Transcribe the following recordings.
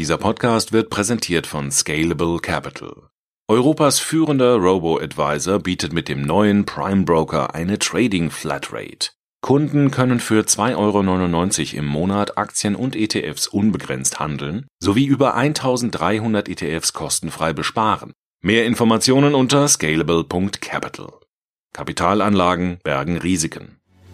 Dieser Podcast wird präsentiert von Scalable Capital. Europas führender Robo-Advisor bietet mit dem neuen Prime Broker eine Trading Flatrate. Kunden können für 2,99 € im Monat Aktien und ETFs unbegrenzt handeln, sowie über 1300 ETFs kostenfrei besparen. Mehr Informationen unter scalable.capital. Kapitalanlagen bergen Risiken.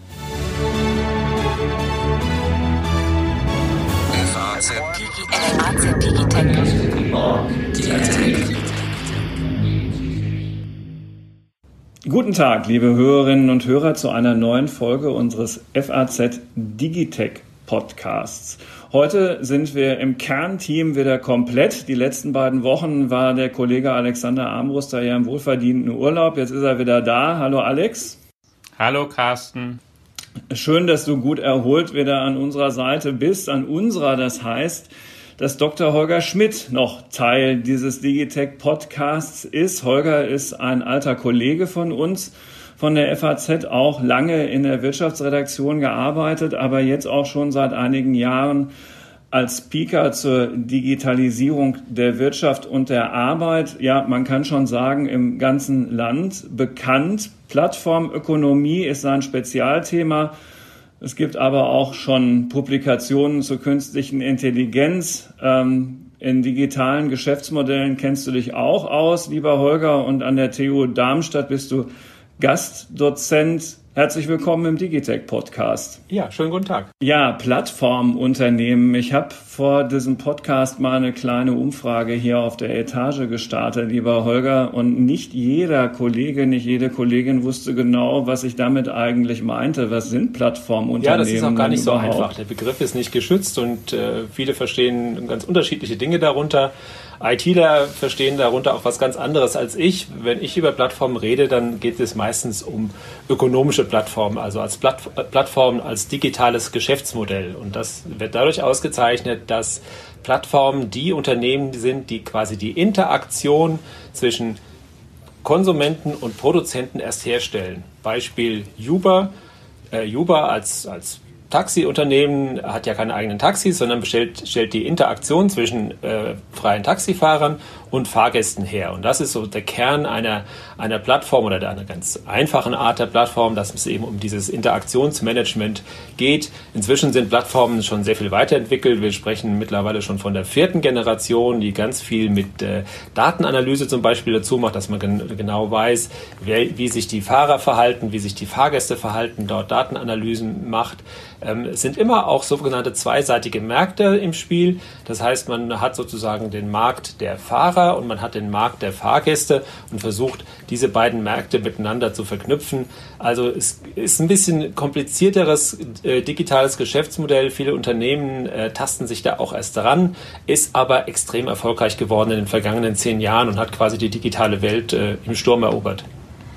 Guten Tag, liebe Hörerinnen und Hörer, zu einer neuen Folge unseres FAZ Digitech Podcasts. Heute sind wir im Kernteam wieder komplett. Die letzten beiden Wochen war der Kollege Alexander Armbruster ja im wohlverdienten Urlaub. Jetzt ist er wieder da. Hallo Alex. Hallo Carsten. Schön, dass du gut erholt wieder an unserer Seite bist. An unserer, das heißt, dass Dr. Holger Schmidt noch Teil dieses Digitech Podcasts ist. Holger ist ein alter Kollege von uns, von der FAZ, auch lange in der Wirtschaftsredaktion gearbeitet, aber jetzt auch schon seit einigen Jahren als Speaker zur Digitalisierung der Wirtschaft und der Arbeit, ja, man kann schon sagen, im ganzen Land bekannt. Plattformökonomie ist sein Spezialthema. Es gibt aber auch schon Publikationen zur künstlichen Intelligenz. In digitalen Geschäftsmodellen kennst du dich auch aus, lieber Holger, und an der TU Darmstadt bist du Gastdozent. Herzlich willkommen im Digitech-Podcast. Ja, schönen guten Tag. Ja, Plattformunternehmen. Ich habe vor diesem Podcast mal eine kleine Umfrage hier auf der Etage gestartet, lieber Holger. Und nicht jeder Kollege, nicht jede Kollegin wusste genau, was ich damit eigentlich meinte. Was sind Plattformunternehmen? Ja, das ist auch gar nicht so einfach. Der Begriff ist nicht geschützt und viele verstehen ganz unterschiedliche Dinge darunter. ITler verstehen darunter auch was ganz anderes als ich. Wenn ich über Plattformen rede, dann geht es meistens um ökonomische Plattformen, also als Plattformen als digitales Geschäftsmodell. Und das wird dadurch ausgezeichnet, dass Plattformen die Unternehmen sind, die quasi die Interaktion zwischen Konsumenten und Produzenten erst herstellen. Beispiel Uber. Uber als Taxiunternehmen hat ja keine eigenen Taxis, sondern stellt die Interaktion zwischen freien Taxifahrern und Fahrgästen her. Und das ist so der Kern einer Plattform oder einer ganz einfachen Art der Plattform, dass es eben um dieses Interaktionsmanagement geht. Inzwischen sind Plattformen schon sehr viel weiterentwickelt. Wir sprechen mittlerweile schon von der 4. Generation, die ganz viel mit Datenanalyse zum Beispiel dazu macht, dass man genau weiß, wie sich die Fahrer verhalten, wie sich die Fahrgäste verhalten, dort Datenanalysen macht. Es sind immer auch sogenannte zweiseitige Märkte im Spiel. Das heißt, man hat sozusagen den Markt der Fahrer und man hat den Markt der Fahrgäste und versucht, diese beiden Märkte miteinander zu verknüpfen. Also es ist ein bisschen komplizierteres digitales Geschäftsmodell. Viele Unternehmen tasten sich da auch erst dran, ist aber extrem erfolgreich geworden in den vergangenen 10 Jahren und hat quasi die digitale Welt im Sturm erobert.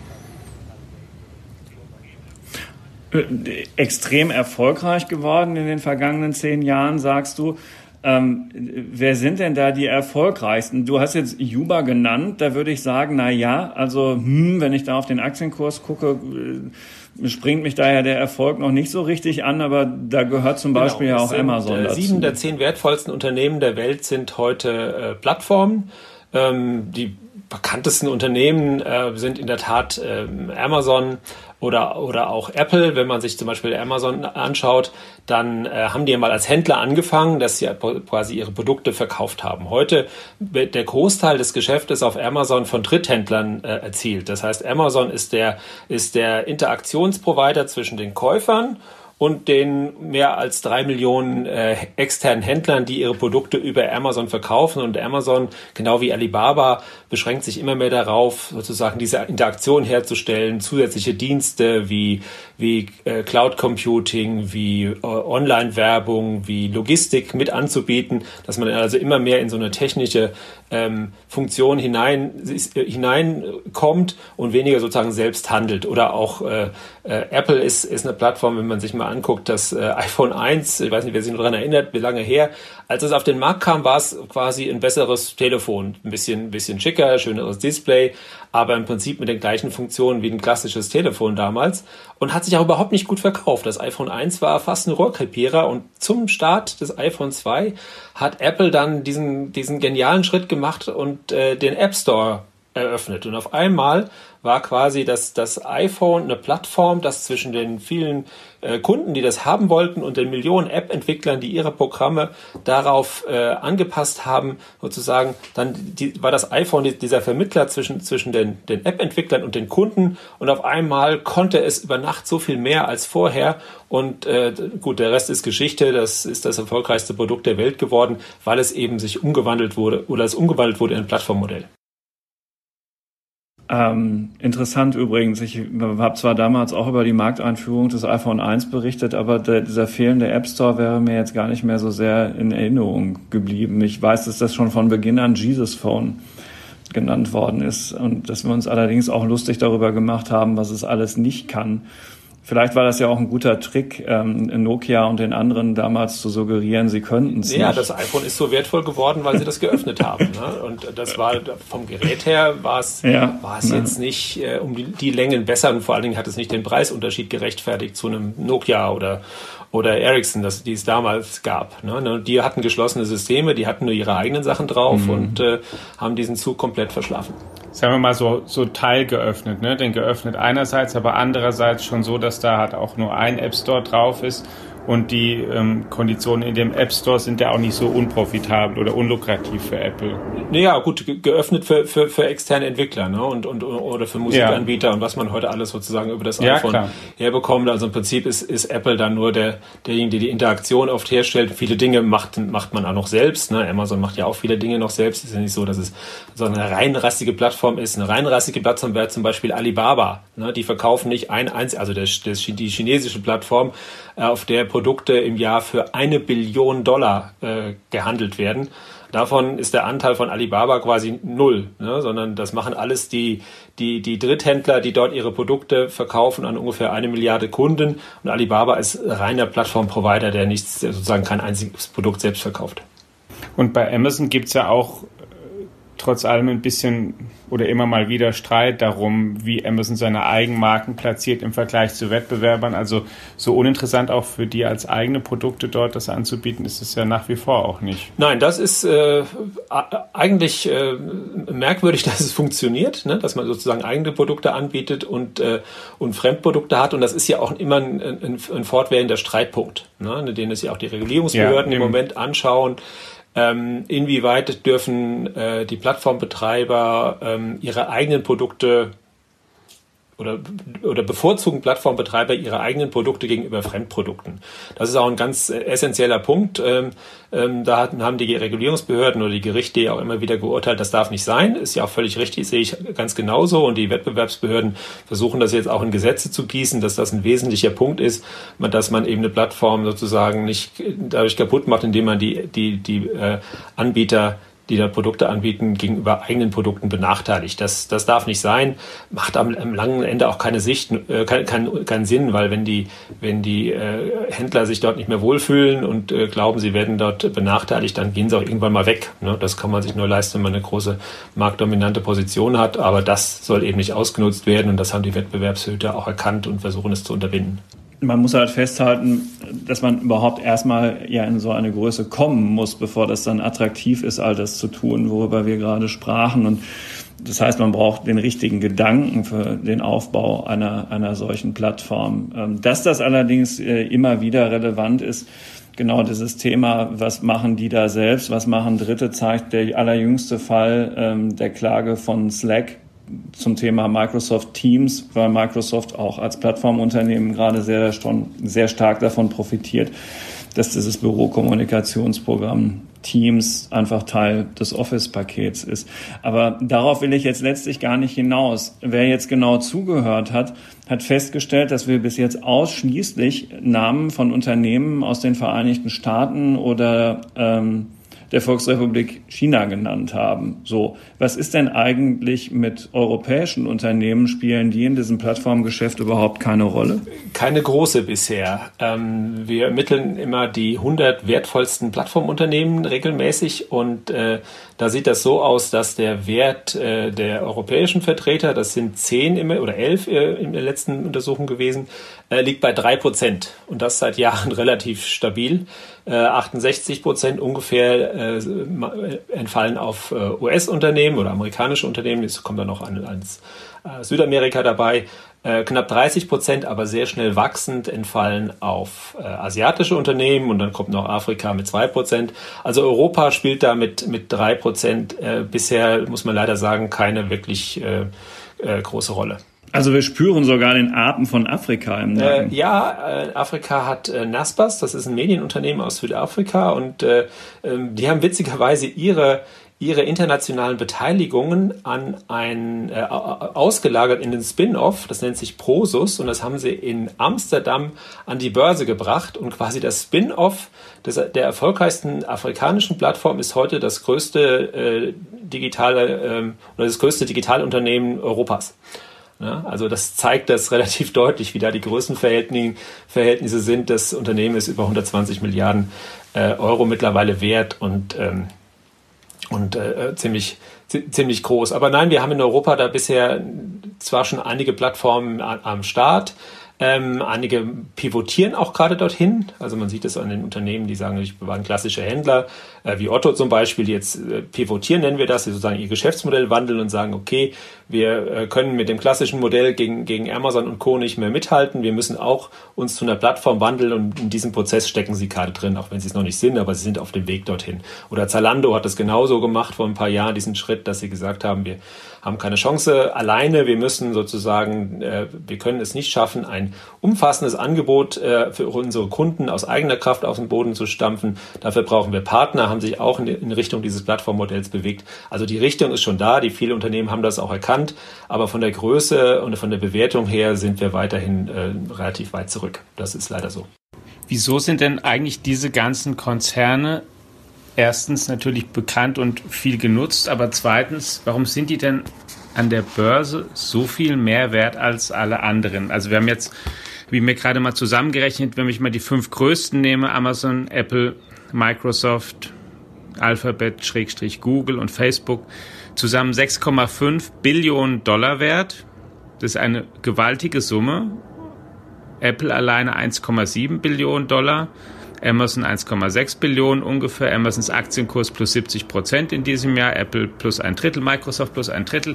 Extrem erfolgreich geworden in den vergangenen 10 Jahren, sagst du. Wer sind denn da die erfolgreichsten? Du hast jetzt Uber genannt, da würde ich sagen, na ja, also wenn ich da auf den Aktienkurs gucke, springt mich da ja der Erfolg noch nicht so richtig an, aber da gehört zum Beispiel ja auch Amazon dazu. 7 der 10 wertvollsten Unternehmen der Welt sind heute Plattformen. Die bekanntesten Unternehmen sind in der Tat Amazon oder auch Apple. Wenn man sich zum Beispiel Amazon anschaut, dann haben die ja mal als Händler angefangen, dass sie quasi ihre Produkte verkauft haben. Heute wird der Großteil des Geschäftes auf Amazon von Dritthändlern erzielt. Das heißt, Amazon ist der Interaktionsprovider zwischen den Käufern und den mehr als 3 Millionen externen Händlern, die ihre Produkte über Amazon verkaufen. Und Amazon, genau wie Alibaba, beschränkt sich immer mehr darauf, sozusagen diese Interaktion herzustellen, zusätzliche Dienste wie Cloud Computing, wie Online-Werbung, wie Logistik mit anzubieten, dass man also immer mehr in so eine technische Funktion hineinkommt und weniger sozusagen selbst handelt. Oder auch Apple ist eine Plattform, wenn man sich mal anguckt, das iPhone 1, ich weiß nicht, wer sich noch daran erinnert, wie lange her, als es auf den Markt kam, war es quasi ein besseres Telefon, ein bisschen schicker, schöneres Display, aber im Prinzip mit den gleichen Funktionen wie ein klassisches Telefon damals und hat sich auch überhaupt nicht gut verkauft. Das iPhone 1 war fast ein Rohrkrepierer und zum Start des iPhone 2 hat Apple dann diesen genialen Schritt gemacht und den App Store eröffnet. Und auf einmal war quasi das iPhone eine Plattform, das zwischen den vielen Kunden, die das haben wollten, und den Millionen App-Entwicklern, die ihre Programme darauf angepasst haben, sozusagen, dann war das iPhone dieser Vermittler zwischen den App-Entwicklern und den Kunden, und auf einmal konnte es über Nacht so viel mehr als vorher, und gut, der Rest ist Geschichte. Das ist das erfolgreichste Produkt der Welt geworden, weil es eben sich umgewandelt wurde in ein Plattformmodell. Interessant übrigens, ich habe zwar damals auch über die Markteinführung des iPhone 1 berichtet, aber dieser fehlende App Store wäre mir jetzt gar nicht mehr so sehr in Erinnerung geblieben. Ich weiß, dass das schon von Beginn an Jesus Phone genannt worden ist und dass wir uns allerdings auch lustig darüber gemacht haben, was es alles nicht kann. Vielleicht war das ja auch ein guter Trick, Nokia und den anderen damals zu suggerieren, sie könnten es nicht. Ja, das iPhone ist so wertvoll geworden, weil sie das geöffnet haben. Ne? Und das war vom Gerät her war es jetzt nicht um die Längen besser, und vor allen Dingen hat es nicht den Preisunterschied gerechtfertigt zu einem Nokia oder Ericsson, die es damals gab. Ne? Die hatten geschlossene Systeme, die hatten nur ihre eigenen Sachen drauf und haben diesen Zug komplett verschlafen. Sagen wir mal so teilgeöffnet, ne? Denn geöffnet einerseits, aber andererseits schon so, dass da halt auch nur ein App Store drauf ist. Und die Konditionen in dem App Store sind ja auch nicht so unprofitabel oder unlukrativ für Apple. Naja, gut, geöffnet für externe Entwickler, ne? und oder für Musikanbieter und was man heute alles sozusagen über das iPhone herbekommt. Also im Prinzip ist Apple dann nur derjenige, der die Interaktion oft herstellt. Viele Dinge macht man auch noch selbst. Ne? Amazon macht ja auch viele Dinge noch selbst. Es ist ja nicht so, dass es so eine reinrassige Plattform ist. Eine reinrassige Plattform wäre zum Beispiel Alibaba. Ne? Die verkaufen nicht die chinesische Plattform, auf der Produkte im Jahr für $1 Billion gehandelt werden. Davon ist der Anteil von Alibaba quasi 0, ne? Sondern das machen alles die Dritthändler, die dort ihre Produkte verkaufen an ungefähr 1 Milliarde Kunden. Und Alibaba ist reiner Plattformprovider, der sozusagen kein einziges Produkt selbst verkauft. Und bei Amazon gibt es ja auch trotz allem ein bisschen oder immer mal wieder Streit darum, wie Amazon seine Eigenmarken platziert im Vergleich zu Wettbewerbern. Also so uninteressant auch für die als eigene Produkte dort das anzubieten, ist es ja nach wie vor auch nicht. Nein, das ist eigentlich merkwürdig, dass es funktioniert, ne? Dass man sozusagen eigene Produkte anbietet und Fremdprodukte hat. Und das ist ja auch immer ein fortwährender Streitpunkt, ne? Den es ja auch die Regulierungsbehörden im Moment anschauen. Inwieweit dürfen die Plattformbetreiber ihre eigenen Produkte oder bevorzugen Plattformbetreiber ihre eigenen Produkte gegenüber Fremdprodukten. Das ist auch ein ganz essentieller Punkt. Da haben die Regulierungsbehörden oder die Gerichte ja auch immer wieder geurteilt, das darf nicht sein. Ist ja auch völlig richtig, sehe ich ganz genauso. Und die Wettbewerbsbehörden versuchen das jetzt auch in Gesetze zu gießen, dass das ein wesentlicher Punkt ist, dass man eben eine Plattform sozusagen nicht dadurch kaputt macht, indem man die Anbieter, die da Produkte anbieten, gegenüber eigenen Produkten benachteiligt. Das darf nicht sein, macht am langen Ende auch keinen Sinn, weil wenn die Händler sich dort nicht mehr wohlfühlen und glauben, sie werden dort benachteiligt, dann gehen sie auch irgendwann mal weg. Ne? Das kann man sich nur leisten, wenn man eine große marktdominante Position hat, aber das soll eben nicht ausgenutzt werden, und das haben die Wettbewerbshüter auch erkannt und versuchen es zu unterbinden. Man muss halt festhalten, dass man überhaupt erstmal ja in so eine Größe kommen muss, bevor das dann attraktiv ist, all das zu tun, worüber wir gerade sprachen. Und das heißt, man braucht den richtigen Gedanken für den Aufbau einer solchen Plattform. Dass das allerdings immer wieder relevant ist, genau dieses Thema, was machen die da selbst, was machen Dritte, zeigt der allerjüngste Fall der Klage von Slack zum Thema Microsoft Teams, weil Microsoft auch als Plattformunternehmen gerade sehr stark davon profitiert, dass dieses Bürokommunikationsprogramm Teams einfach Teil des Office-Pakets ist. Aber darauf will ich jetzt letztlich gar nicht hinaus. Wer jetzt genau zugehört hat, hat festgestellt, dass wir bis jetzt ausschließlich Namen von Unternehmen aus den Vereinigten Staaten oder der Volksrepublik China genannt haben. So, was ist denn eigentlich mit europäischen Unternehmen? Spielen die in diesem Plattformgeschäft überhaupt keine Rolle? Keine große bisher. Wir ermitteln immer die 100 wertvollsten Plattformunternehmen regelmäßig, und Da sieht das so aus, dass der Wert der europäischen Vertreter, das sind 10 oder 11 in der letzten Untersuchung gewesen, liegt bei 3%. Und das seit Jahren relativ stabil. 68% ungefähr entfallen auf US-Unternehmen oder amerikanische Unternehmen. Es kommt dann noch ans Südamerika dabei. Knapp 30%, aber sehr schnell wachsend, entfallen auf asiatische Unternehmen und dann kommt noch Afrika mit 2%. Also Europa spielt da mit 3% bisher, muss man leider sagen, keine wirklich große Rolle. Also wir spüren sogar den Atem von Afrika im Nacken. Afrika hat Naspers, das ist ein Medienunternehmen aus Südafrika und die haben witzigerweise ihre internationalen Beteiligungen an ausgelagert in den Spin-off, das nennt sich Prosus, und das haben sie in Amsterdam an die Börse gebracht und quasi das Spin-off der erfolgreichsten afrikanischen Plattform ist heute das größte digitale Digitalunternehmen Europas. Ja, also das zeigt das relativ deutlich, wie da die Größenverhältnisse sind. Das Unternehmen ist über 120 Milliarden Euro mittlerweile wert und ziemlich groß. Aber nein, wir haben in Europa da bisher zwar schon einige Plattformen am Start, einige pivotieren auch gerade dorthin. Also man sieht es an den Unternehmen, die sagen, wir waren klassische Händler, wie Otto zum Beispiel, die jetzt pivotieren, nennen wir das, die sozusagen ihr Geschäftsmodell wandeln und sagen, okay, wir können mit dem klassischen Modell gegen Amazon und Co. nicht mehr mithalten. Wir müssen auch uns zu einer Plattform wandeln und in diesem Prozess stecken sie gerade drin, auch wenn sie es noch nicht sind, aber sie sind auf dem Weg dorthin. Oder Zalando hat das genauso gemacht vor ein paar Jahren, diesen Schritt, dass sie gesagt haben, wir haben keine Chance alleine, wir müssen sozusagen, wir können es nicht schaffen, ein umfassendes Angebot für unsere Kunden aus eigener Kraft aus dem Boden zu stampfen. Dafür brauchen wir Partner, haben sich auch in Richtung dieses Plattformmodells bewegt. Also die Richtung ist schon da, viele Unternehmen haben das auch erkannt, aber von der Größe und von der Bewertung her sind wir weiterhin relativ weit zurück. Das ist leider so. Wieso sind denn eigentlich diese ganzen Konzerne erstens natürlich bekannt und viel genutzt, aber zweitens, warum sind die denn an der Börse so viel mehr wert als alle anderen? Also wir haben jetzt, wie mir gerade mal zusammengerechnet, wenn ich mal die 5 größten nehme, Amazon, Apple, Microsoft, Alphabet, Google und Facebook, zusammen 6,5 Billionen Dollar wert. Das ist eine gewaltige Summe. Apple alleine 1,7 Billionen Dollar. Amazon 1,6 Billionen ungefähr, Amazons Aktienkurs plus 70% in diesem Jahr, Apple plus ein Drittel, Microsoft plus ein Drittel.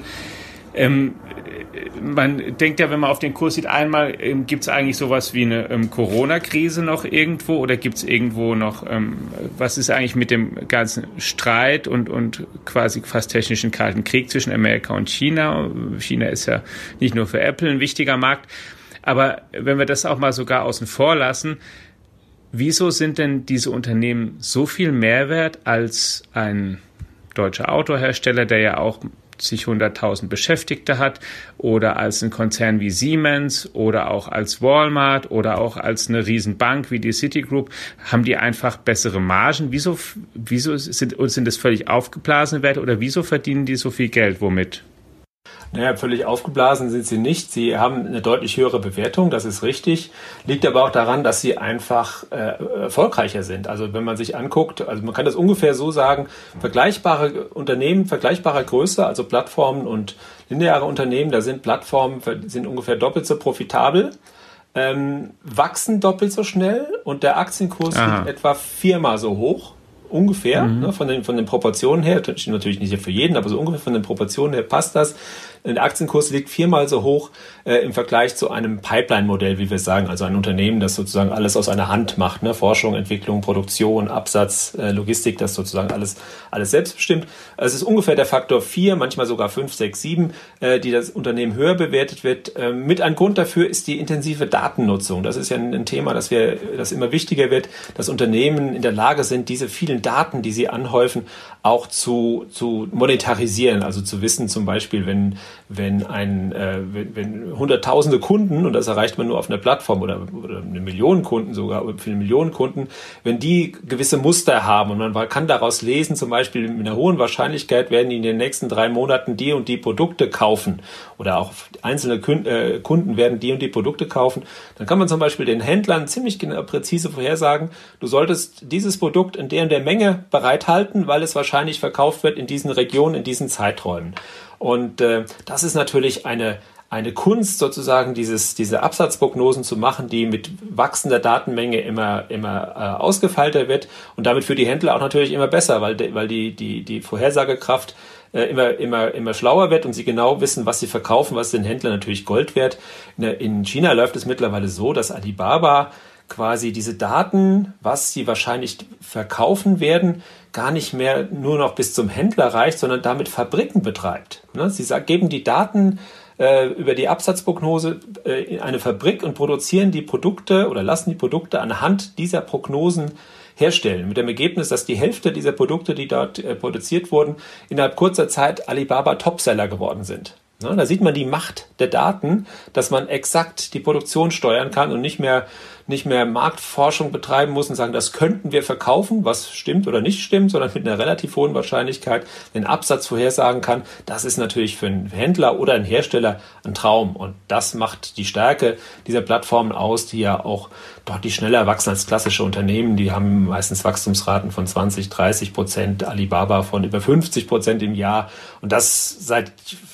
Man denkt ja, wenn man auf den Kurs sieht, einmal gibt es eigentlich sowas wie eine Corona-Krise noch irgendwo oder gibt es irgendwo noch, was ist eigentlich mit dem ganzen Streit und quasi fast technischen Kalten Krieg zwischen Amerika und China? China ist ja nicht nur für Apple ein wichtiger Markt, aber wenn wir das auch mal sogar außen vor lassen, wieso sind denn diese Unternehmen so viel mehr wert als ein deutscher Autohersteller, der ja auch sich 100.000 Beschäftigte hat, oder als ein Konzern wie Siemens oder auch als Walmart oder auch als eine Riesenbank wie die Citigroup? Haben die einfach bessere Margen? Wieso sind das völlig aufgeblasene Werte oder wieso verdienen die so viel Geld? Womit? Naja, völlig aufgeblasen sind sie nicht. Sie haben eine deutlich höhere Bewertung, das ist richtig. Liegt aber auch daran, dass sie einfach erfolgreicher sind. Also wenn man sich anguckt, also man kann das ungefähr so sagen, vergleichbare Unternehmen, vergleichbarer Größe, also Plattformen und lineare Unternehmen, da sind Plattformen sind ungefähr doppelt so profitabel, wachsen doppelt so schnell und der Aktienkurs liegt etwa 4-mal so hoch. Ungefähr, von den Proportionen her, natürlich nicht für jeden, aber so ungefähr von den Proportionen her passt das. Der Aktienkurs liegt 4-mal so hoch im Vergleich zu einem Pipeline-Modell, wie wir sagen, also ein Unternehmen, das sozusagen alles aus einer Hand macht, ne? Forschung, Entwicklung, Produktion, Absatz, Logistik, das sozusagen alles selbstbestimmt. Also es ist ungefähr der Faktor 4, manchmal sogar 5, 6, 7, die das Unternehmen höher bewertet wird. Mit ein Grund dafür ist die intensive Datennutzung. Das ist ja ein Thema, das immer wichtiger wird, dass Unternehmen in der Lage sind, diese vielen Daten, die sie anhäufen, auch zu monetarisieren, also zu wissen zum Beispiel, wenn wenn hunderttausende Kunden, und das erreicht man nur auf einer Plattform oder eine Million Kunden sogar, oder viele Millionen Kunden, wenn die gewisse Muster haben und man kann daraus lesen, zum Beispiel mit einer hohen Wahrscheinlichkeit werden die in den nächsten 3 Monaten die und die Produkte kaufen oder auch einzelne Kunden werden die und die Produkte kaufen, dann kann man zum Beispiel den Händlern ziemlich genau, präzise vorhersagen, du solltest dieses Produkt in der und der Menge bereithalten, weil es wahrscheinlich verkauft wird in diesen Regionen, in diesen Zeiträumen. Und das ist natürlich eine Kunst, sozusagen diese Absatzprognosen zu machen, die mit wachsender Datenmenge immer ausgefeilter wird und damit für die Händler auch natürlich immer besser, weil die Vorhersagekraft immer schlauer wird und sie genau wissen, was sie verkaufen, was den Händlern natürlich Gold wert. In China läuft es mittlerweile so, dass Alibaba quasi diese Daten, was sie wahrscheinlich verkaufen werden, gar nicht mehr nur noch bis zum Händler reicht, sondern damit Fabriken betreibt. Sie geben die Daten über die Absatzprognose in eine Fabrik und produzieren die Produkte oder lassen die Produkte anhand dieser Prognosen herstellen. Mit dem Ergebnis, dass die Hälfte dieser Produkte, die dort produziert wurden, innerhalb kurzer Zeit Alibaba Topseller geworden sind. Da sieht man die Macht der Daten, dass man exakt die Produktion steuern kann und nicht mehr Marktforschung betreiben muss und sagen, das könnten wir verkaufen, was stimmt oder nicht stimmt, sondern mit einer relativ hohen Wahrscheinlichkeit den Absatz vorhersagen kann. Das ist natürlich für einen Händler oder einen Hersteller ein Traum. Und das macht die Stärke dieser Plattformen aus, die ja auch deutlich schneller wachsen als klassische Unternehmen. Die haben meistens Wachstumsraten von 20-30%, Alibaba von über 50% im Jahr. Und das seit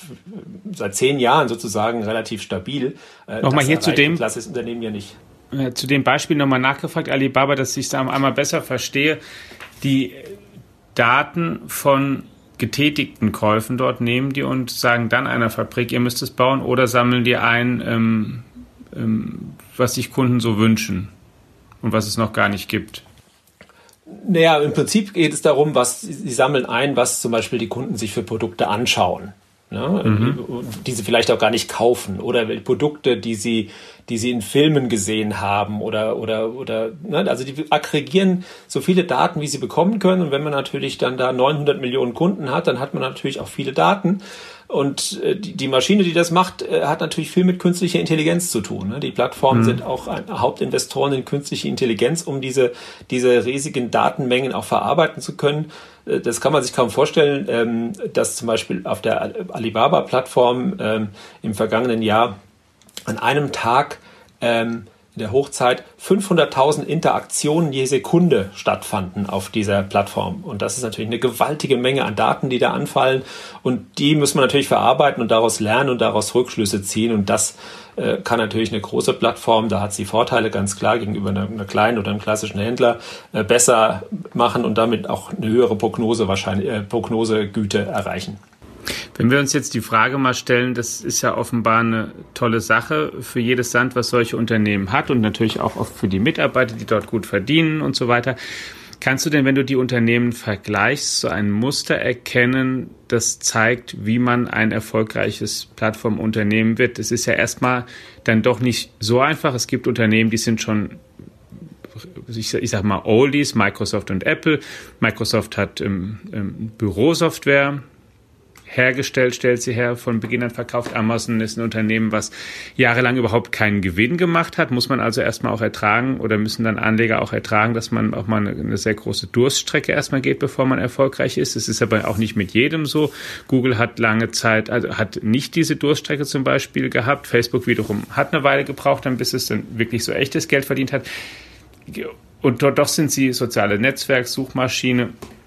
10 Jahren sozusagen relativ stabil. Nochmal hier zu dem klassisches Unternehmen ja nicht. Zu dem Beispiel nochmal nachgefragt, Alibaba, dass ich es einmal besser verstehe. Die Daten von getätigten Käufen dort nehmen die und sagen dann einer Fabrik, ihr müsst es bauen, oder sammeln die ein, was sich Kunden so wünschen und was es noch gar nicht gibt? Naja, im Prinzip geht es darum, sie sammeln ein, was zum Beispiel die Kunden sich für Produkte anschauen. Die sie vielleicht auch gar nicht kaufen oder Produkte, die sie in Filmen gesehen haben oder also die aggregieren so viele Daten, wie sie bekommen können, und wenn man natürlich dann da 900 Millionen Kunden hat, dann hat man natürlich auch viele Daten. Und die Maschine, die das macht, hat natürlich viel mit künstlicher Intelligenz zu tun. Die Plattformen sind auch Hauptinvestoren in künstliche Intelligenz, um diese riesigen Datenmengen auch verarbeiten zu können. Das kann man sich kaum vorstellen, dass zum Beispiel auf der Alibaba-Plattform im vergangenen Jahr an einem Tag in der Hochzeit 500.000 Interaktionen je Sekunde stattfanden auf dieser Plattform. Und das ist natürlich eine gewaltige Menge an Daten, die da anfallen. Und die muss man natürlich verarbeiten und daraus lernen und daraus Rückschlüsse ziehen. Und das kann natürlich eine große Plattform, da hat sie Vorteile ganz klar gegenüber einer kleinen oder einem klassischen Händler, besser machen und damit auch eine höhere Prognosegüte erreichen. Wenn wir uns jetzt die Frage mal stellen, das ist ja offenbar eine tolle Sache für jedes Land, was solche Unternehmen hat und natürlich auch oft für die Mitarbeiter, die dort gut verdienen und so weiter. Kannst du denn, wenn du die Unternehmen vergleichst, so ein Muster erkennen, das zeigt, wie man ein erfolgreiches Plattformunternehmen wird? Es ist ja erstmal dann doch nicht so einfach. Es gibt Unternehmen, die sind schon, ich sag mal, Oldies, Microsoft und Apple. Microsoft hat Bürosoftware hergestellt, stellt sie her, von Beginn an verkauft. Amazon ist ein Unternehmen, was jahrelang überhaupt keinen Gewinn gemacht hat. Muss man also erstmal auch ertragen oder müssen dann Anleger auch ertragen, dass man auch mal eine sehr große Durststrecke erstmal geht, bevor man erfolgreich ist. Das ist aber auch nicht mit jedem so. Google hat lange Zeit, also hat nicht diese Durststrecke zum Beispiel gehabt. Facebook wiederum hat eine Weile gebraucht, dann bis es dann wirklich so echtes Geld verdient hat. Und dort doch sind sie soziale Netzwerk, Suchmaschine,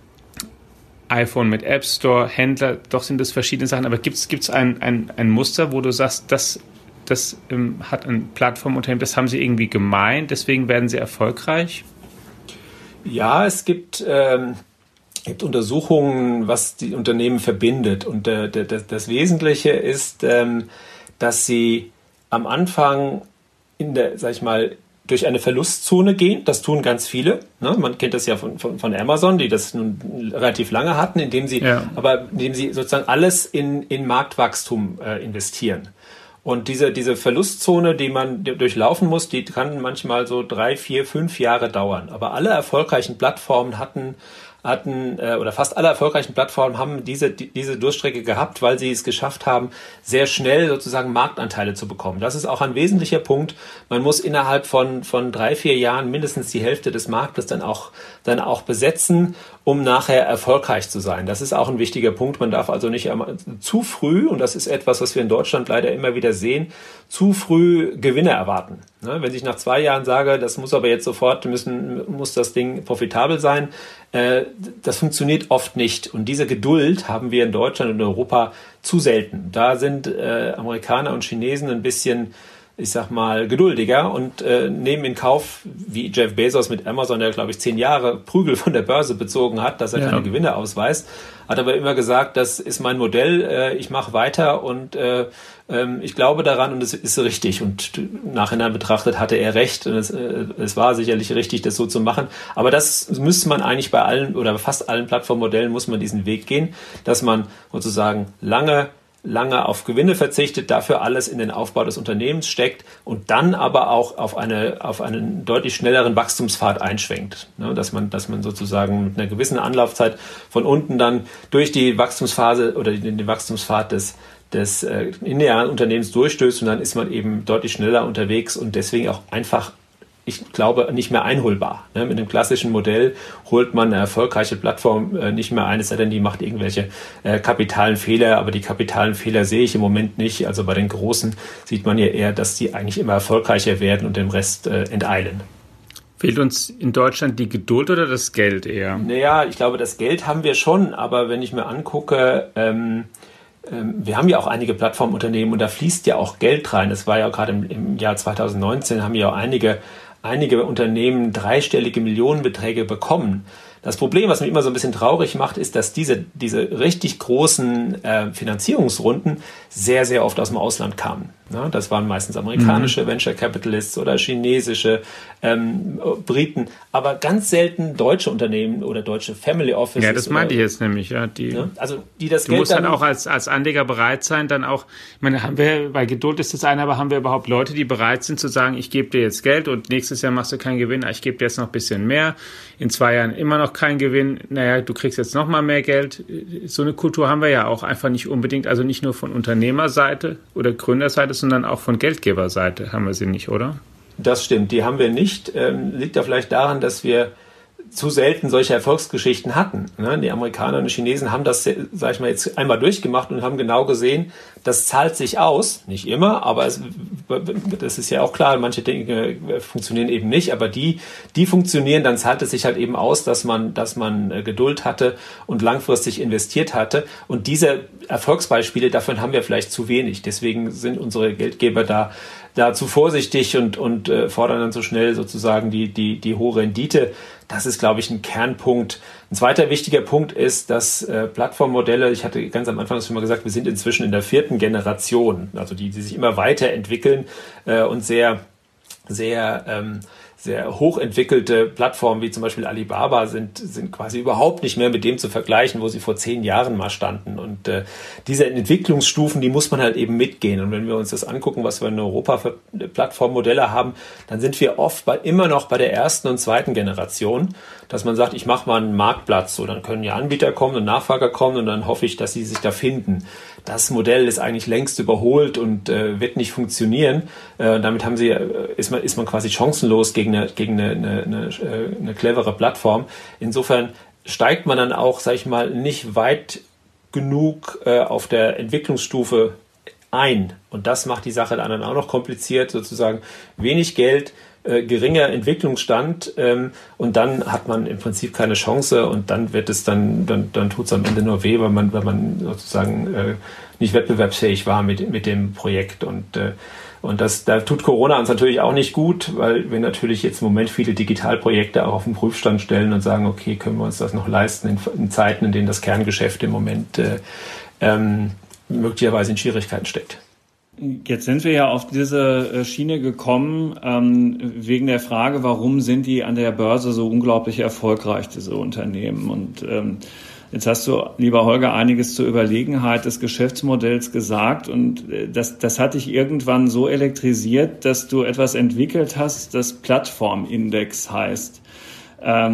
iPhone mit App Store, Händler, doch sind das verschiedene Sachen. Aber gibt es ein Muster, wo du sagst, das hat ein Plattformunternehmen, das haben sie irgendwie gemeint, deswegen werden sie erfolgreich? Ja, es gibt Untersuchungen, was die Unternehmen verbindet. Und das Wesentliche ist, dass sie am Anfang durch eine Verlustzone gehen. Das tun ganz viele. Ne? Man kennt das ja von Amazon, die das nun relativ lange hatten, indem sie sozusagen alles in Marktwachstum investieren. Und diese Verlustzone, die man durchlaufen muss, die kann manchmal so 3, 4, 5 Jahre dauern. Aber alle erfolgreichen Plattformen hatten oder fast alle erfolgreichen Plattformen haben diese Durststrecke gehabt, weil sie es geschafft haben, sehr schnell sozusagen Marktanteile zu bekommen. Das ist auch ein wesentlicher Punkt. Man muss innerhalb von 3-4 Jahren mindestens die Hälfte des Marktes dann auch besetzen, um nachher erfolgreich zu sein. Das ist auch ein wichtiger Punkt. Man darf also nicht zu früh, und das ist etwas, was wir in Deutschland leider immer wieder sehen, zu früh Gewinne erwarten. Wenn ich nach 2 Jahren sage, das muss aber jetzt sofort, muss das Ding profitabel sein, das funktioniert oft nicht. Und diese Geduld haben wir in Deutschland und in Europa zu selten. Da sind Amerikaner und Chinesen ein bisschen, ich sag mal, geduldiger und nehmen in Kauf, wie Jeff Bezos mit Amazon, der, glaube ich, 10 Jahre Prügel von der Börse bezogen hat, dass er keine Gewinne ausweist, hat aber immer gesagt, das ist mein Modell, ich mache weiter und ich glaube daran und es ist richtig. Und im Nachhinein betrachtet hatte er recht und es war sicherlich richtig, das so zu machen. Aber das müsste man eigentlich bei allen oder fast allen Plattformmodellen muss man diesen Weg gehen, dass man sozusagen lange auf Gewinne verzichtet, dafür alles in den Aufbau des Unternehmens steckt und dann aber auch auf einen deutlich schnelleren Wachstumspfad einschwenkt. Dass man sozusagen mit einer gewissen Anlaufzeit von unten dann durch die Wachstumsphase oder den Wachstumspfad des linearen Unternehmens durchstößt und dann ist man eben deutlich schneller unterwegs und deswegen auch einfach, ich glaube, nicht mehr einholbar. Mit dem klassischen Modell holt man eine erfolgreiche Plattform nicht mehr ein, es sei denn, die macht irgendwelche kapitalen Fehler, aber die kapitalen Fehler sehe ich im Moment nicht. Also bei den Großen sieht man ja eher, dass die eigentlich immer erfolgreicher werden und dem Rest enteilen. Fehlt uns in Deutschland die Geduld oder das Geld eher? Naja, ich glaube, das Geld haben wir schon, aber wenn ich mir angucke, wir haben ja auch einige Plattformunternehmen und da fließt ja auch Geld rein. Es war ja gerade im Jahr 2019, haben ja auch einige Unternehmen dreistellige Millionenbeträge bekommen. Das Problem, was mich immer so ein bisschen traurig macht, ist, dass diese richtig großen Finanzierungsrunden sehr, sehr oft aus dem Ausland kamen. Das waren meistens amerikanische Venture Capitalists oder chinesische Briten, aber ganz selten deutsche Unternehmen oder deutsche Family Offices. Ja, das meinte ich jetzt nämlich. Ja, also die das du Geld musst dann auch als Anleger bereit sein, dann auch, ich meine, bei Geduld ist das eine, aber haben wir überhaupt Leute, die bereit sind zu sagen, ich gebe dir jetzt Geld und nächstes Jahr machst du keinen Gewinn, ich gebe dir jetzt noch ein bisschen mehr, in 2 Jahren immer noch kein Gewinn, naja, du kriegst jetzt noch mal mehr Geld. So eine Kultur haben wir ja auch einfach nicht unbedingt, also nicht nur von Unternehmerseite oder Gründerseite, sondern auch von Geldgeberseite haben wir sie nicht, oder? Das stimmt, die haben wir nicht. Liegt ja vielleicht daran, dass wir zu selten solche Erfolgsgeschichten hatten. Die Amerikaner und die Chinesen haben das, sag ich mal, jetzt einmal durchgemacht und haben genau gesehen, das zahlt sich aus. Nicht immer, aber das ist ja auch klar, manche Dinge funktionieren eben nicht, aber die funktionieren, dann zahlt es sich halt eben aus, dass man Geduld hatte und langfristig investiert hatte. Und diese Erfolgsbeispiele, davon haben wir vielleicht zu wenig. Deswegen sind unsere Geldgeber da zu vorsichtig und fordern dann so schnell sozusagen die hohe Rendite. Das ist, glaube ich, ein Kernpunkt. Ein zweiter wichtiger Punkt ist, dass Plattformmodelle, ich hatte ganz am Anfang schon mal gesagt, wir sind inzwischen in der 4. Generation, also die sich immer weiterentwickeln und sehr, sehr sehr hochentwickelte Plattformen wie zum Beispiel Alibaba sind quasi überhaupt nicht mehr mit dem zu vergleichen, wo sie vor 10 Jahren mal standen. Und diese Entwicklungsstufen, die muss man halt eben mitgehen. Und wenn wir uns das angucken, was wir in Europa für Plattformmodelle haben, dann sind wir oft immer noch bei der 1. und 2. Generation, dass man sagt, ich mache mal einen Marktplatz. So, dann können ja Anbieter kommen und Nachfrager kommen und dann hoffe ich, dass sie sich da finden. Das Modell ist eigentlich längst überholt und wird nicht funktionieren. Damit ist man quasi chancenlos gegen eine clevere Plattform. Insofern steigt man dann auch, sag ich mal, nicht weit genug auf der Entwicklungsstufe ein. Und das macht die Sache dann auch noch kompliziert, sozusagen wenig Geld, geringer Entwicklungsstand und dann hat man im Prinzip keine Chance und dann wird es dann tut es am Ende nur weh, weil man sozusagen nicht wettbewerbsfähig war mit dem Projekt und da tut Corona uns natürlich auch nicht gut, weil wir natürlich jetzt im Moment viele Digitalprojekte auch auf den Prüfstand stellen und sagen, okay, können wir uns das noch leisten in Zeiten, in denen das Kerngeschäft im Moment möglicherweise in Schwierigkeiten steckt. Jetzt sind wir ja auf diese Schiene gekommen, wegen der Frage, warum sind die an der Börse so unglaublich erfolgreich, diese Unternehmen? Und jetzt hast du, lieber Holger, einiges zur Überlegenheit des Geschäftsmodells gesagt und das hat dich irgendwann so elektrisiert, dass du etwas entwickelt hast, das Plattformindex heißt.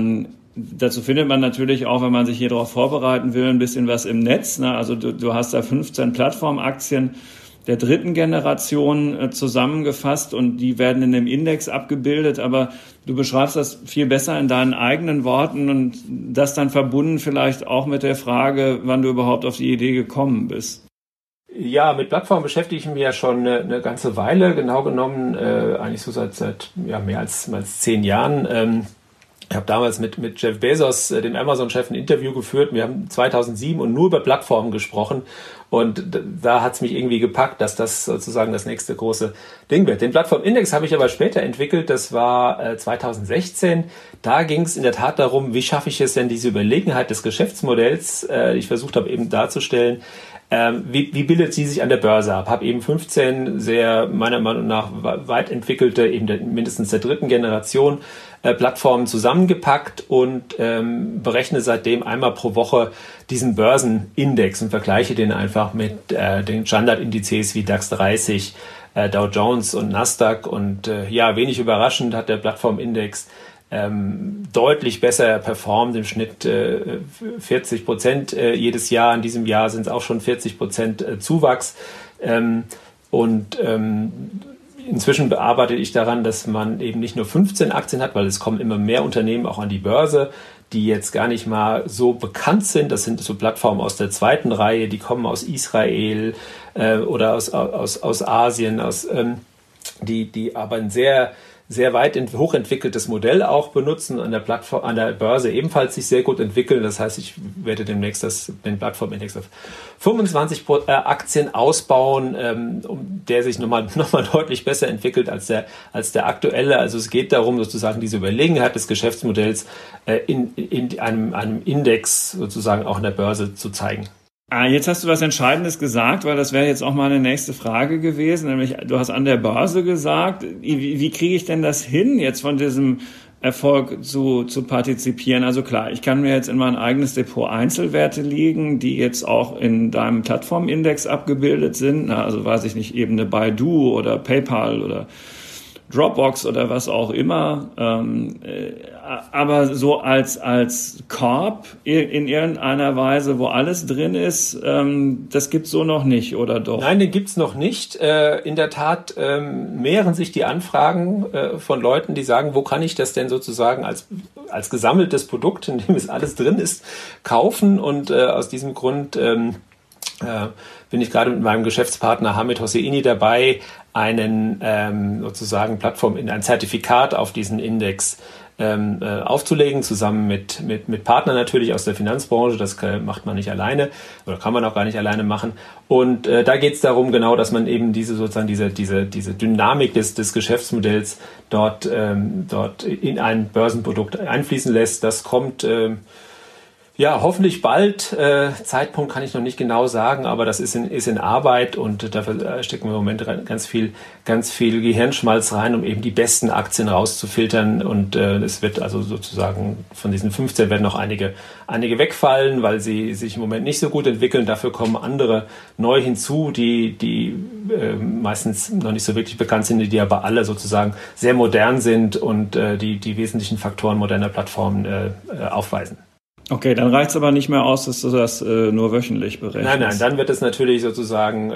Dazu findet man natürlich auch, wenn man sich hier darauf vorbereiten will, ein bisschen was im Netz. Ne? Also du hast da 15 Plattformaktien der dritten Generation zusammengefasst und die werden in dem Index abgebildet, aber du beschreibst das viel besser in deinen eigenen Worten und das dann verbunden vielleicht auch mit der Frage, wann du überhaupt auf die Idee gekommen bist. Ja, mit Plattformen beschäftige ich mich ja schon eine ganze Weile, genau genommen eigentlich so seit mehr als 10 Jahren. Ich habe damals mit Jeff Bezos, dem Amazon-Chef, ein Interview geführt. Wir haben 2007 und nur über Plattformen gesprochen. Und da hat es mich irgendwie gepackt, dass das sozusagen das nächste große Ding wird. Den Plattform-Index habe ich aber später entwickelt. Das war 2016. Da ging es in der Tat darum, wie schaffe ich es denn, diese Überlegenheit des Geschäftsmodells, ich versucht habe eben darzustellen, wie bildet sie sich an der Börse ab? Habe eben 15 sehr, meiner Meinung nach, weit entwickelte, eben mindestens der dritten Generation Plattformen zusammengepackt und berechne seitdem einmal pro Woche diesen Börsenindex und vergleiche den einfach mit den Standardindizes wie DAX 30, Dow Jones und Nasdaq. Und wenig überraschend hat der Plattformindex deutlich besser performt, im Schnitt 40% jedes Jahr. In diesem Jahr sind es auch schon 40% Zuwachs. Inzwischen bearbeite ich daran, dass man eben nicht nur 15 Aktien hat, weil es kommen immer mehr Unternehmen auch an die Börse, die jetzt gar nicht mal so bekannt sind. Das sind so Plattformen aus der zweiten Reihe, die kommen aus Israel oder aus Asien, die aber ein sehr weit hochentwickeltes Modell auch benutzen, an der Plattform, an der Börse ebenfalls sich sehr gut entwickeln. Das heißt, ich werde demnächst den Plattformindex auf 25 Aktien ausbauen, der sich nochmal deutlich besser entwickelt als der aktuelle. Also es geht darum, sozusagen diese Überlegenheit des Geschäftsmodells in einem Index sozusagen auch an der Börse zu zeigen. Jetzt hast du was Entscheidendes gesagt, weil das wäre jetzt auch mal eine nächste Frage gewesen, nämlich du hast an der Börse gesagt, wie kriege ich denn das hin, jetzt von diesem Erfolg zu partizipieren? Also klar, ich kann mir jetzt in mein eigenes Depot Einzelwerte legen, die jetzt auch in deinem Plattformindex abgebildet sind, also weiß ich nicht, eben eine Baidu oder PayPal oder Dropbox oder was auch immer, aber so als Korb in irgendeiner Weise, wo alles drin ist, das gibt's so noch nicht, oder doch? Nein, den gibt's noch nicht. In der Tat mehren sich die Anfragen von Leuten, die sagen, wo kann ich das denn sozusagen als gesammeltes Produkt, in dem es alles drin ist, kaufen? Und aus diesem Grund bin ich gerade mit meinem Geschäftspartner Hamid Hosseini dabei, sozusagen ein Zertifikat auf diesen Index aufzulegen, zusammen mit Partnern natürlich aus der Finanzbranche. Das macht man nicht alleine oder kann man auch gar nicht alleine machen. Und da geht es darum, genau, dass man eben diese Dynamik des Geschäftsmodells dort in ein Börsenprodukt einfließen lässt. Das kommt hoffentlich bald. Zeitpunkt kann ich noch nicht genau sagen, aber das ist in Arbeit und dafür stecken wir im Moment ganz viel Gehirnschmalz rein, um eben die besten Aktien rauszufiltern. Und es wird also sozusagen von diesen 15 werden noch einige wegfallen, weil sie sich im Moment nicht so gut entwickeln. Dafür kommen andere neu hinzu, die meistens noch nicht so wirklich bekannt sind, die aber alle sozusagen sehr modern sind und die wesentlichen Faktoren moderner Plattformen aufweisen. Okay, dann reicht es aber nicht mehr aus, dass du das nur wöchentlich berechnest. Nein, dann wird es natürlich sozusagen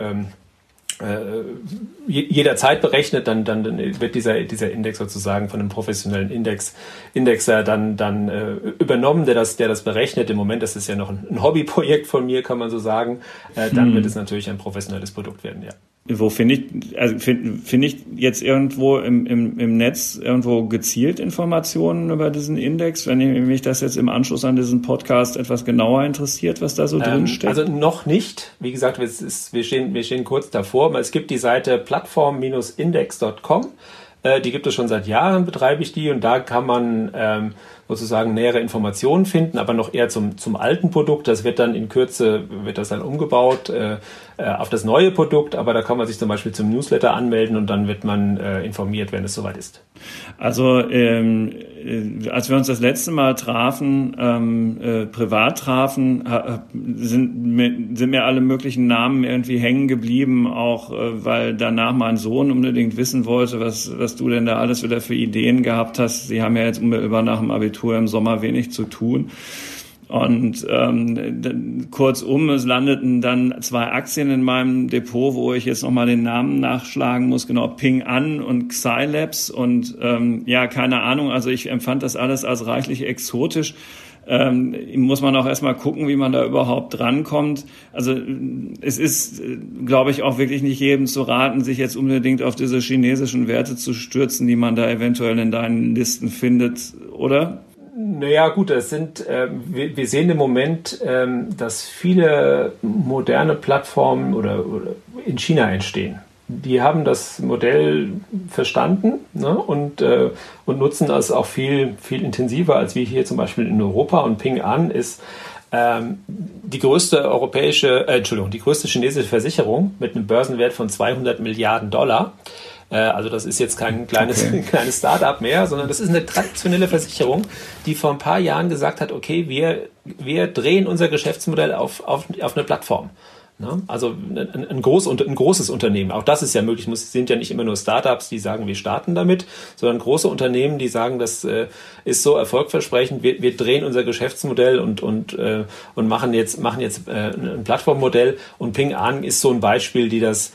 jederzeit berechnet, dann wird dieser Index sozusagen von einem professionellen Indexer dann übernommen, der das berechnet. Im Moment ist es ja noch ein Hobbyprojekt von mir, kann man so sagen. Dann wird es natürlich ein professionelles Produkt werden, ja. Wo finde ich jetzt irgendwo im Netz irgendwo gezielt Informationen über diesen Index, wenn mich das jetzt im Anschluss an diesen Podcast etwas genauer interessiert, was da so drin steht? Also noch nicht. Wie gesagt, wir stehen kurz davor. Es gibt die Seite plattform-index.com. Die gibt es schon seit Jahren, betreibe ich die, und da kann man sozusagen nähere Informationen finden, aber noch eher zum alten Produkt. Das wird dann in Kürze umgebaut auf das neue Produkt, aber da kann man sich zum Beispiel zum Newsletter anmelden und dann wird man informiert, wenn es soweit ist. Also als wir uns das letzte Mal privat trafen, sind mir alle möglichen Namen irgendwie hängen geblieben, auch weil danach mein Sohn unbedingt wissen wollte, was du denn da alles wieder für Ideen gehabt hast. Sie haben ja jetzt unmittelbar nach dem Abitur Abitur im Sommer wenig zu tun. Und kurzum, es landeten dann 2 Aktien in meinem Depot, wo ich jetzt nochmal den Namen nachschlagen muss, genau, Ping An und Xylabs. Und keine Ahnung, also ich empfand das alles als reichlich exotisch. Muss man auch erstmal gucken, wie man da überhaupt drankommt. Also es ist, glaube ich, auch wirklich nicht jedem zu raten, sich jetzt unbedingt auf diese chinesischen Werte zu stürzen, die man da eventuell in deinen Listen findet, oder? Naja, gut, das sind, wir sehen im Moment, dass viele moderne Plattformen oder in China entstehen. Die haben das Modell verstanden, ne, und nutzen das auch viel, viel intensiver als wir hier zum Beispiel in Europa. Und Ping An ist die größte die größte chinesische Versicherung mit einem Börsenwert von 200 Milliarden $. Also das ist jetzt kein kleines Start-up mehr, sondern das ist eine traditionelle Versicherung, die vor ein paar Jahren gesagt hat, okay, wir drehen unser Geschäftsmodell auf eine Plattform. Ne? Also ein großes Unternehmen, auch das ist ja möglich, es sind ja nicht immer nur Startups, die sagen, wir starten damit, sondern große Unternehmen, die sagen, das ist so erfolgversprechend, wir drehen unser Geschäftsmodell und machen jetzt ein Plattformmodell, und Ping An ist so ein Beispiel, die das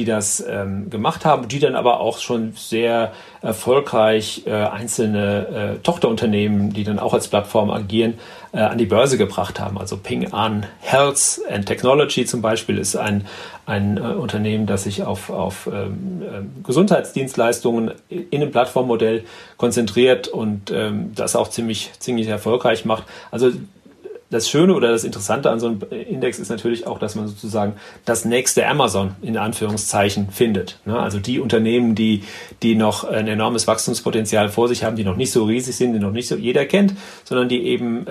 gemacht haben, die dann aber auch schon sehr erfolgreich einzelne Tochterunternehmen, die dann auch als Plattform agieren, an die Börse gebracht haben. Also Ping An Health and Technology zum Beispiel ist ein Unternehmen, das sich auf Gesundheitsdienstleistungen in einem Plattformmodell konzentriert und das auch ziemlich erfolgreich macht. Also das Schöne oder das Interessante an so einem Index ist natürlich auch, dass man sozusagen das nächste Amazon in Anführungszeichen findet. Also die Unternehmen, die noch ein enormes Wachstumspotenzial vor sich haben, die noch nicht so riesig sind, die noch nicht so jeder kennt, sondern die eben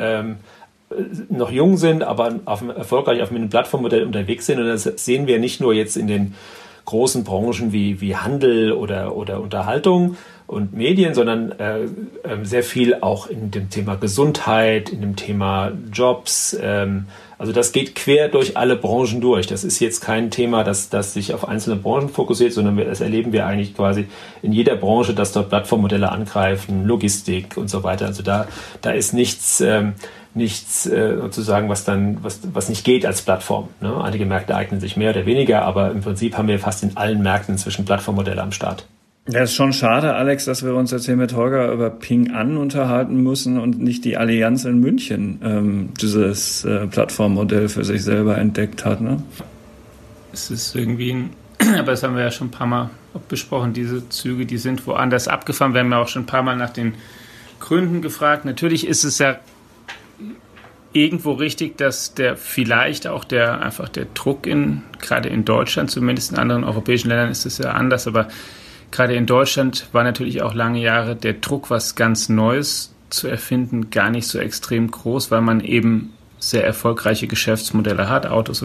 noch jung sind, aber erfolgreich auf einem Plattformmodell unterwegs sind. Und das sehen wir nicht nur jetzt in den großen Branchen wie Handel oder Unterhaltung und Medien, sondern sehr viel auch in dem Thema Gesundheit, in dem Thema Jobs. Also das geht quer durch alle Branchen durch. Das ist jetzt kein Thema, das sich auf einzelne Branchen fokussiert, sondern das erleben wir eigentlich quasi in jeder Branche, dass dort Plattformmodelle angreifen, Logistik und so weiter. Also da ist nichts sozusagen, was nicht geht als Plattform. Ne? Einige Märkte eignen sich mehr oder weniger, aber im Prinzip haben wir fast in allen Märkten inzwischen Plattformmodelle am Start. Ja, ist schon schade, Alex, dass wir uns jetzt hier mit Holger über Ping An unterhalten müssen und nicht die Allianz in München dieses Plattformmodell für sich selber entdeckt hat. Ne? Es ist irgendwie aber das haben wir ja schon ein paar Mal besprochen, diese Züge, die sind woanders abgefahren. Wir haben ja auch schon ein paar Mal nach den Gründen gefragt. Natürlich ist es ja irgendwo richtig, dass vielleicht auch der Druck gerade in Deutschland, zumindest in anderen europäischen Ländern ist es ja anders, aber gerade in Deutschland war natürlich auch lange Jahre der Druck, was ganz Neues zu erfinden, gar nicht so extrem groß, weil man eben sehr erfolgreiche Geschäftsmodelle hat.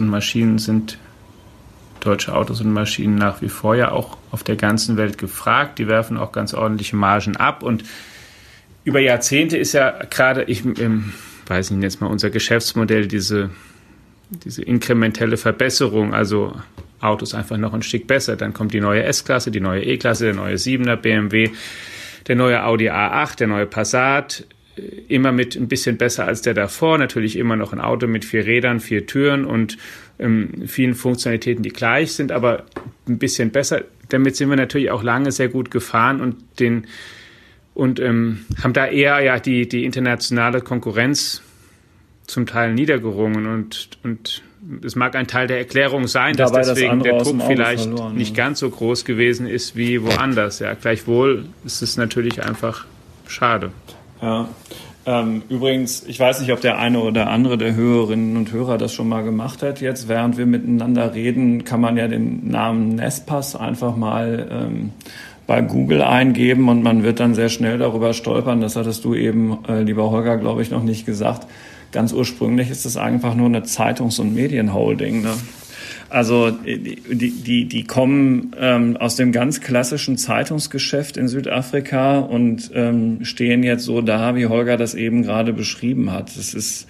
Deutsche Autos und Maschinen nach wie vor ja auch auf der ganzen Welt gefragt. Die werfen auch ganz ordentliche Margen ab. Und über Jahrzehnte ist ja gerade, weiß nicht, jetzt mal unser Geschäftsmodell, diese inkrementelle Verbesserung, also Autos einfach noch ein Stück besser. Dann kommt die neue S-Klasse, die neue E-Klasse, der neue 7er BMW, der neue Audi A8, der neue Passat, immer mit ein bisschen besser als der davor. Natürlich immer noch ein Auto mit 4 Rädern, 4 Türen und vielen Funktionalitäten, die gleich sind, aber ein bisschen besser. Damit sind wir natürlich auch lange sehr gut gefahren und haben da eher ja die internationale Konkurrenz zum Teil niedergerungen und es mag ein Teil der Erklärung sein, dass deswegen der Druck vielleicht nicht ganz so groß gewesen ist wie woanders. Ja, gleichwohl ist es natürlich einfach schade. Ja. Übrigens, ich weiß nicht, ob der eine oder andere der Hörerinnen und Hörer das schon mal gemacht hat. Jetzt, während wir miteinander reden, kann man ja den Namen Nespass einfach mal bei Google eingeben und man wird dann sehr schnell darüber stolpern. Das hattest du eben, lieber Holger, glaube ich, noch nicht gesagt. Ganz ursprünglich ist es einfach nur eine Zeitungs- und Medienholding. Ne? Also die kommen aus dem ganz klassischen Zeitungsgeschäft in Südafrika und stehen jetzt so da, wie Holger das eben gerade beschrieben hat. Das ist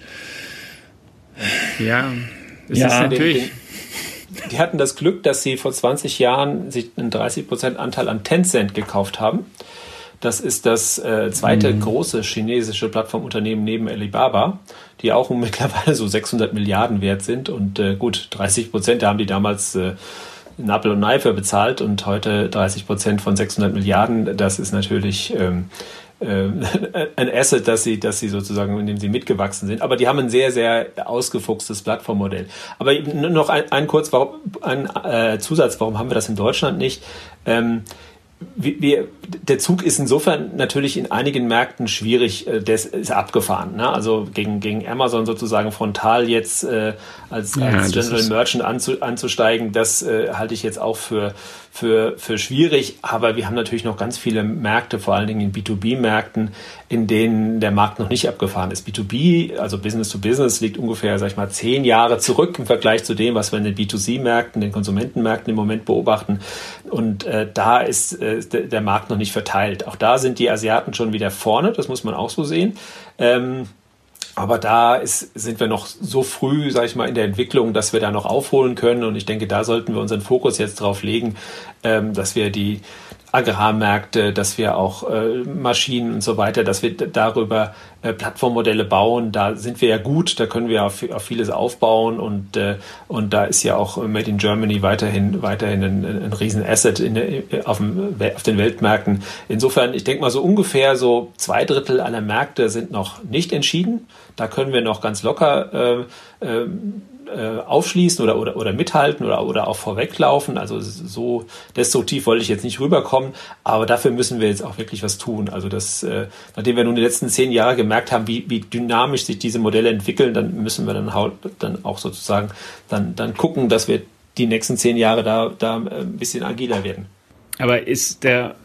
ist natürlich. Die hatten das Glück, dass sie vor 20 Jahren sich einen 30% Anteil an Tencent gekauft haben. Das ist das zweite große chinesische Plattformunternehmen neben Alibaba, die auch mittlerweile so 600 Milliarden wert sind. Und gut, 30%, da haben die damals ein Apfel und ein Ei für bezahlt und heute 30% von 600 Milliarden. Das ist natürlich ein Asset, dass sie sozusagen, in dem sie mitgewachsen sind. Aber die haben ein sehr, sehr ausgefuchstes Plattformmodell. Aber noch ein Zusatz, warum haben wir das in Deutschland nicht? Der Zug ist insofern natürlich in einigen Märkten schwierig, der ist abgefahren. Ne? Also gegen Amazon sozusagen frontal jetzt als General Merchant anzusteigen, das halte ich jetzt auch für schwierig. Aber wir haben natürlich noch ganz viele Märkte, vor allen Dingen in B2B-Märkten, in denen der Markt noch nicht abgefahren ist. B2B, also Business to Business, liegt ungefähr, 10 Jahre zurück im Vergleich zu dem, was wir in den B2C-Märkten, den Konsumentenmärkten im Moment beobachten. Und da ist der Markt noch nicht verteilt. Auch da sind die Asiaten schon wieder vorne, das muss man auch so sehen. Aber da sind wir noch so früh, in der Entwicklung, dass wir da noch aufholen können. Und ich denke, da sollten wir unseren Fokus jetzt drauf legen, dass wir die Agrarmärkte, dass wir auch Maschinen und so weiter, dass wir darüber Plattformmodelle bauen. Da sind wir ja gut, da können wir auf vieles aufbauen und da ist ja auch Made in Germany weiterhin ein Riesenasset auf den Weltmärkten. Insofern, ich denke mal so ungefähr so 2/3 aller Märkte sind noch nicht entschieden. Da können wir noch ganz locker aufschließen oder mithalten oder auch vorweglaufen. Also so destruktiv wollte ich jetzt nicht rüberkommen, aber dafür müssen wir jetzt auch wirklich was tun. Also nachdem wir nun die letzten 10 Jahre gemerkt haben, wie dynamisch sich diese Modelle entwickeln, dann müssen wir dann auch sozusagen dann gucken, dass wir die nächsten 10 Jahre da ein bisschen agiler werden. Aber ist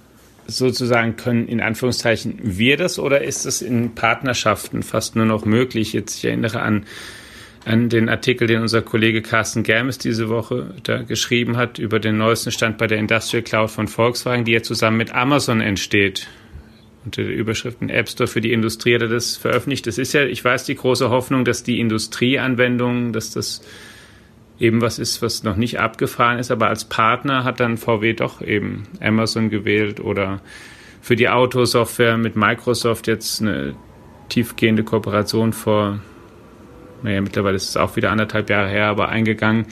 können in Anführungszeichen wir das oder ist es in Partnerschaften fast nur noch möglich? Jetzt, ich erinnere an den Artikel, den unser Kollege Carsten Germes diese Woche da geschrieben hat über den neuesten Stand bei der Industrial Cloud von Volkswagen, die ja zusammen mit Amazon entsteht. Unter der Überschrift ein App Store für die Industrie hat er das veröffentlicht. Das ist ja, ich weiß, die große Hoffnung, dass die Industrieanwendungen, dass das eben was ist, was noch nicht abgefahren ist, aber als Partner hat dann VW doch eben Amazon gewählt oder für die Autosoftware mit Microsoft jetzt eine tiefgehende Kooperation mittlerweile ist es auch wieder 1,5 Jahre her, aber eingegangen,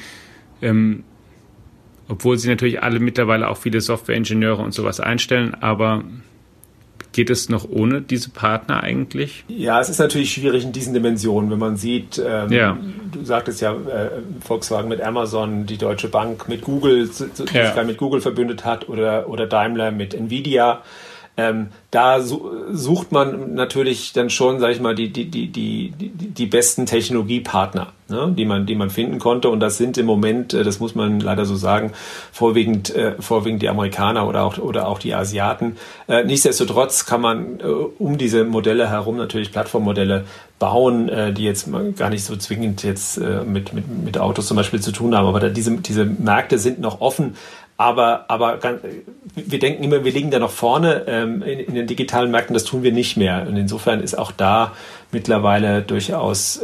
obwohl sie natürlich alle mittlerweile auch viele Softwareingenieure und sowas einstellen, aber geht es noch ohne diese Partner eigentlich? Ja, es ist natürlich schwierig in diesen Dimensionen, wenn man sieht, du sagtest ja, Volkswagen mit Amazon, die Deutsche Bank mit Google, mit Google verbündet hat oder Daimler mit Nvidia. Da sucht man natürlich dann schon, die besten Technologiepartner, ne, die man finden konnte. Und das sind im Moment, das muss man leider so sagen, vorwiegend die Amerikaner oder auch die Asiaten. Nichtsdestotrotz kann man um diese Modelle herum natürlich Plattformmodelle bauen, die jetzt gar nicht so zwingend jetzt mit Autos zum Beispiel zu tun haben. Aber diese Märkte sind noch offen. Aber wir denken immer, wir liegen da noch vorne in den digitalen Märkten, das tun wir nicht mehr. Und insofern ist auch da mittlerweile durchaus,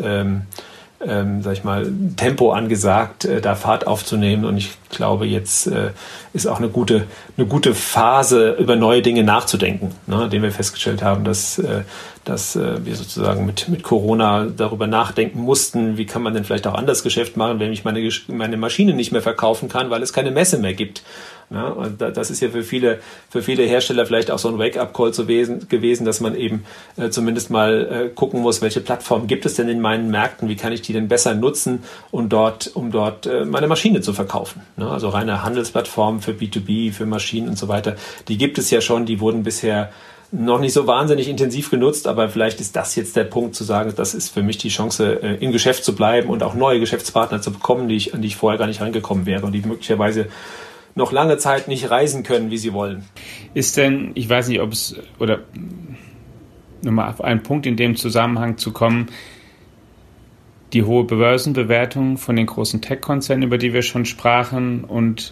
Tempo angesagt, da Fahrt aufzunehmen. Und ich glaube, jetzt ist auch eine gute Phase, über neue Dinge nachzudenken, ne, indem wir festgestellt haben, dass wir sozusagen mit Corona darüber nachdenken mussten, wie kann man denn vielleicht auch anders Geschäft machen, wenn ich meine Maschine nicht mehr verkaufen kann, weil es keine Messe mehr gibt. Ja, und das ist ja für viele Hersteller vielleicht auch so ein Wake-up-Call gewesen, dass man eben zumindest mal gucken muss, welche Plattformen gibt es denn in meinen Märkten, wie kann ich die denn besser nutzen, um dort meine Maschine zu verkaufen. Ne? Also reine Handelsplattformen für B2B, für Maschinen und so weiter, die gibt es ja schon, die wurden bisher noch nicht so wahnsinnig intensiv genutzt, aber vielleicht ist das jetzt der Punkt zu sagen, das ist für mich die Chance, im Geschäft zu bleiben und auch neue Geschäftspartner zu bekommen, an die ich vorher gar nicht reingekommen wäre und die möglicherweise noch lange Zeit nicht reisen können, wie sie wollen. Ist denn, ich weiß nicht, ob es, oder nochmal auf einen Punkt in dem Zusammenhang zu kommen, die hohe Börsenbewertung von den großen Tech-Konzernen, über die wir schon sprachen, und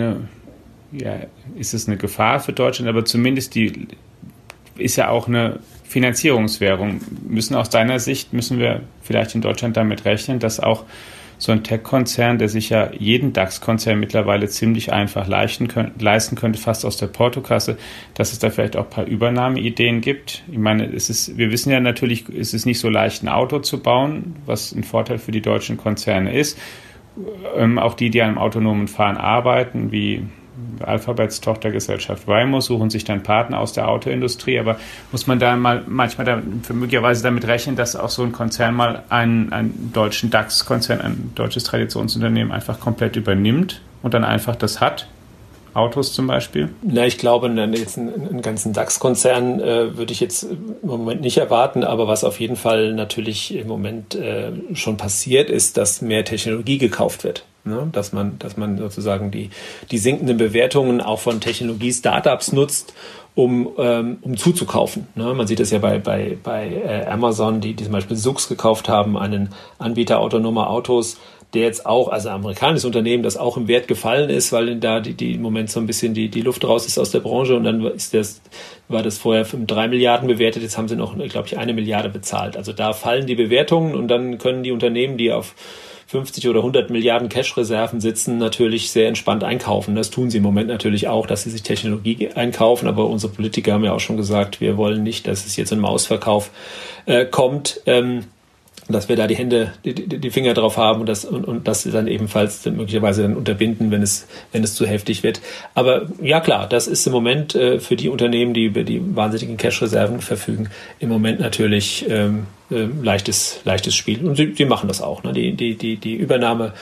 ist es eine Gefahr für Deutschland, aber zumindest die ist ja auch eine Finanzierungswährung. Müssen wir vielleicht in Deutschland damit rechnen, dass auch so ein Tech-Konzern, der sich ja jeden DAX-Konzern mittlerweile ziemlich einfach leisten könnte, fast aus der Portokasse, dass es da vielleicht auch ein paar Übernahmeideen gibt. Ich meine, wir wissen ja natürlich, es ist nicht so leicht, ein Auto zu bauen, was ein Vorteil für die deutschen Konzerne ist. Auch die an einem autonomen Fahren arbeiten, wie Alphabets Tochtergesellschaft Waymo, suchen sich dann Partner aus der Autoindustrie, aber muss man da manchmal möglicherweise damit rechnen, dass auch so ein Konzern mal einen deutschen DAX-Konzern, ein deutsches Traditionsunternehmen einfach komplett übernimmt und dann einfach das hat? Autos zum Beispiel? Na, ich glaube, jetzt einen ganzen DAX-Konzern würde ich jetzt im Moment nicht erwarten, aber was auf jeden Fall natürlich im Moment schon passiert, ist, dass mehr Technologie gekauft wird. Ne? Dass man sozusagen die sinkenden Bewertungen auch von Technologie-Startups nutzt, um zuzukaufen. Ne? Man sieht das ja bei Amazon, die zum Beispiel Zoox gekauft haben, einen Anbieter autonomer Autos, der jetzt auch, also ein amerikanisches Unternehmen, das auch im Wert gefallen ist, weil da die im Moment so ein bisschen die Luft raus ist aus der Branche, und dann war das vorher 3 Milliarden bewertet, jetzt haben sie noch, glaube ich, 1 Milliarde bezahlt. Also da fallen die Bewertungen, und dann können die Unternehmen, die auf 50 oder 100 Milliarden Cash-Reserven sitzen, natürlich sehr entspannt einkaufen. Das tun sie im Moment natürlich auch, dass sie sich Technologie einkaufen, aber unsere Politiker haben ja auch schon gesagt, wir wollen nicht, dass es hier zu einem Ausverkauf kommt, dass wir da die Finger drauf haben und das dann ebenfalls möglicherweise dann unterbinden, wenn es zu heftig wird. Aber ja klar, das ist im Moment für die Unternehmen, die über die wahnsinnigen Cash-Reserven verfügen, im Moment natürlich leichtes Spiel. Und sie machen das auch. Ne? Die Übernahme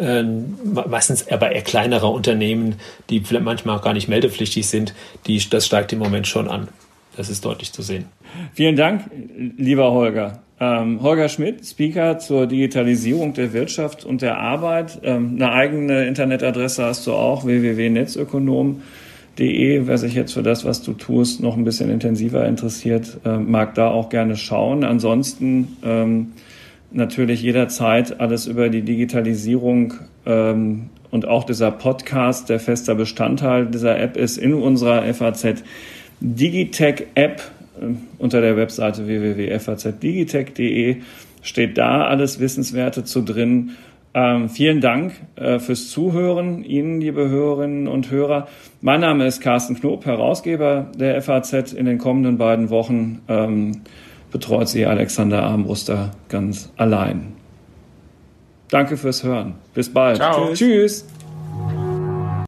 meistens aber eher kleinerer Unternehmen, die vielleicht manchmal auch gar nicht meldepflichtig sind, das steigt im Moment schon an. Das ist deutlich zu sehen. Vielen Dank, lieber Holger. Holger Schmidt, Speaker zur Digitalisierung der Wirtschaft und der Arbeit. Eine eigene Internetadresse hast du auch, www.netzökonom.de. Wer sich jetzt für das, was du tust, noch ein bisschen intensiver interessiert, mag da auch gerne schauen. Ansonsten natürlich jederzeit alles über die Digitalisierung und auch dieser Podcast, der fester Bestandteil dieser App ist, in unserer FAZ Digitech App. Unter der Webseite www.fazdigitech.de steht da alles Wissenswerte zu drin. Vielen Dank fürs Zuhören, Ihnen, liebe Hörerinnen und Hörer. Mein Name ist Carsten Knob, Herausgeber der FAZ. In den kommenden beiden Wochen betreut Sie Alexander Armbruster ganz allein. Danke fürs Hören. Bis bald. Ciao. Tschüss.